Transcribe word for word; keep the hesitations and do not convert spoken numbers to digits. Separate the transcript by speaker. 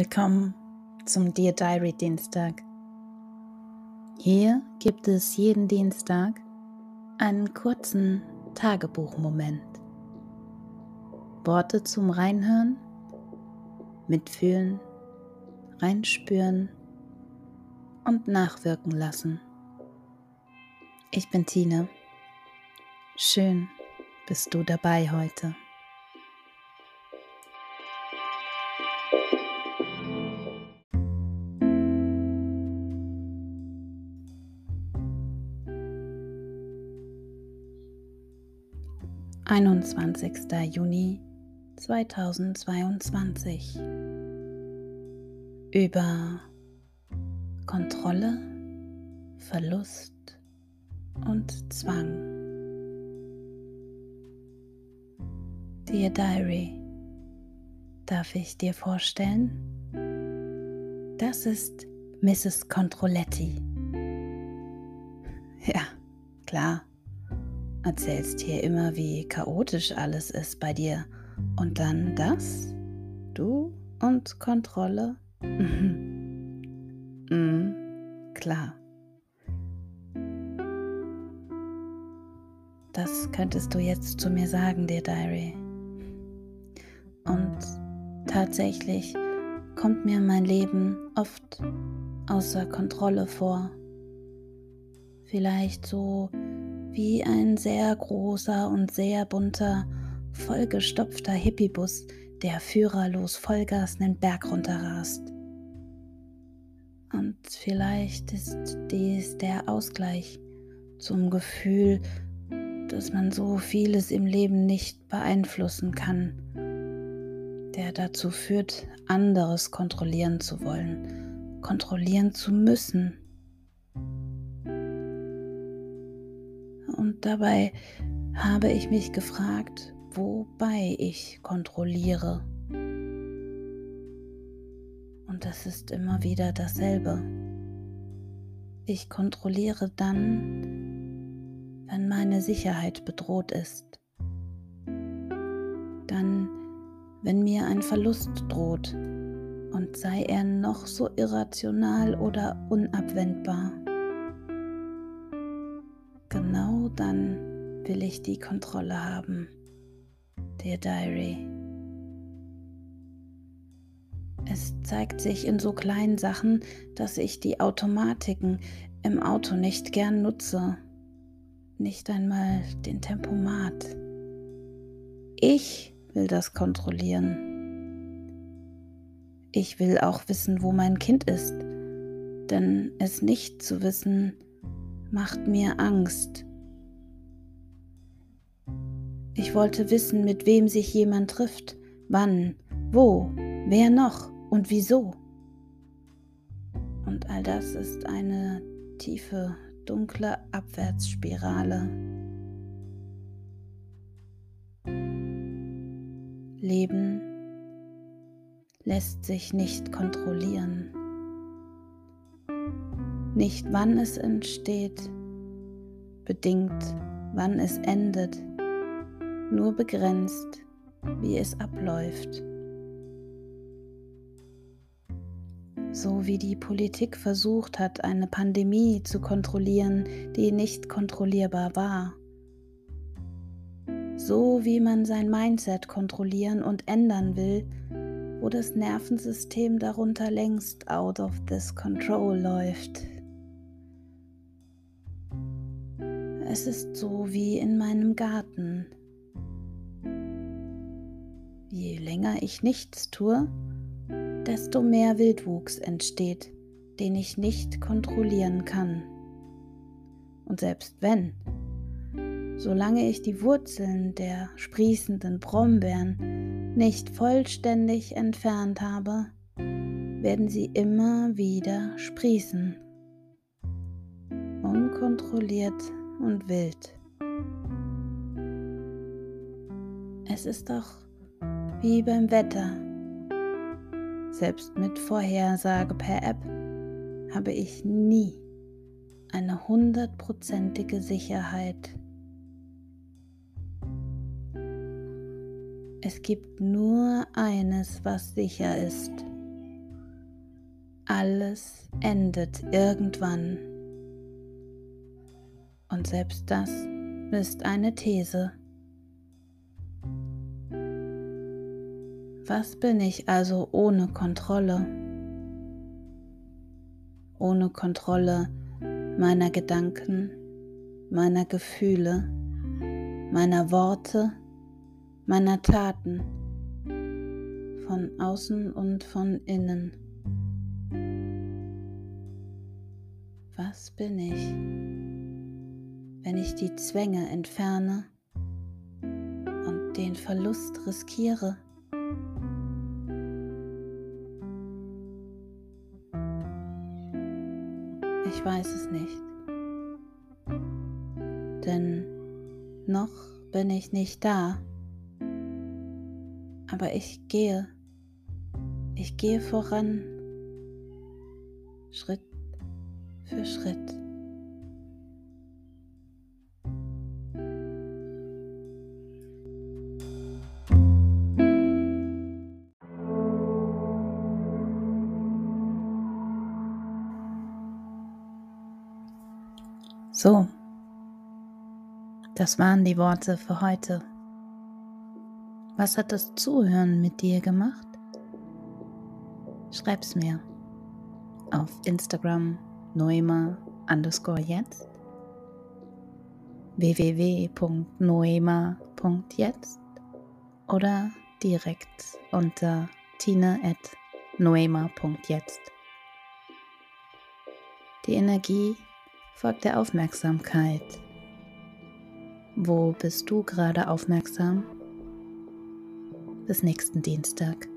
Speaker 1: Willkommen zum Dear Diary Dienstag. Hier gibt es jeden Dienstag einen kurzen Tagebuchmoment. Worte zum Reinhören, Mitfühlen, Reinspüren und nachwirken lassen. Ich bin Tine. Schön bist du dabei heute. einundzwanzigster Juni zweitausendzweiundzwanzig. Über Kontrolle, Verlust und Zwang. Dear Diary, darf ich dir vorstellen? Das ist Misses Controletti. Ja, klar. Erzählst hier immer, wie chaotisch alles ist bei dir. Und dann das? Du und Kontrolle? Mhm. Mhm, klar. Das könntest du jetzt zu mir sagen, Dear Diary. Und tatsächlich kommt mir mein Leben oft außer Kontrolle vor. Vielleicht so wie ein sehr großer und sehr bunter, vollgestopfter Hippiebus, der führerlos Vollgas einen Berg runterrast. Und vielleicht ist dies der Ausgleich zum Gefühl, dass man so vieles im Leben nicht beeinflussen kann, der dazu führt, anderes kontrollieren zu wollen, kontrollieren zu müssen. Und dabei habe ich mich gefragt, wobei ich kontrolliere. Und das ist immer wieder dasselbe. Ich kontrolliere dann, wenn meine Sicherheit bedroht ist. Dann, wenn mir ein Verlust droht, und sei er noch so irrational oder unabwendbar. Genau dann will ich die Kontrolle haben, Dear Diary. Es zeigt sich in so kleinen Sachen, dass ich die Automatiken im Auto nicht gern nutze. Nicht einmal den Tempomat. Ich will das kontrollieren. Ich will auch wissen, wo mein Kind ist, denn es nicht zu wissen, macht mir Angst. Ich wollte wissen, mit wem sich jemand trifft, wann, wo, wer noch und wieso. Und all das ist eine tiefe, dunkle Abwärtsspirale. Leben lässt sich nicht kontrollieren. Nicht wann es entsteht, bedingt wann es endet, nur begrenzt, wie es abläuft. So wie die Politik versucht hat, eine Pandemie zu kontrollieren, die nicht kontrollierbar war. So wie man sein Mindset kontrollieren und ändern will, wo das Nervensystem darunter längst out of this control läuft. Es ist so wie in meinem Garten. Je länger ich nichts tue, desto mehr Wildwuchs entsteht, den ich nicht kontrollieren kann. Und selbst wenn, solange ich die Wurzeln der sprießenden Brombeeren nicht vollständig entfernt habe, werden sie immer wieder sprießen. Unkontrolliert und wild. Es ist doch wie beim Wetter. Selbst mit Vorhersage per App habe ich nie eine hundertprozentige Sicherheit. Es gibt nur eines, was sicher ist. alles endet irgendwann. Und selbst das ist eine These. Was bin ich also ohne Kontrolle? Ohne Kontrolle meiner Gedanken, meiner Gefühle, meiner Worte, meiner Taten, von außen und von innen. Was bin ich, wenn ich die Zwänge entferne und den Verlust riskiere? Ich weiß es nicht, denn noch bin ich nicht da, aber ich gehe, ich gehe voran, Schritt für Schritt. So, das waren die Worte für heute. Was hat das Zuhören mit dir gemacht? Schreib's mir auf Instagram noema underscore jetzt, w w w punkt noema punkt jetzt oder direkt unter tine at noema punkt jetzt. Die Energie folgt der Aufmerksamkeit. Wo bist du gerade aufmerksam? Bis nächsten Dienstag.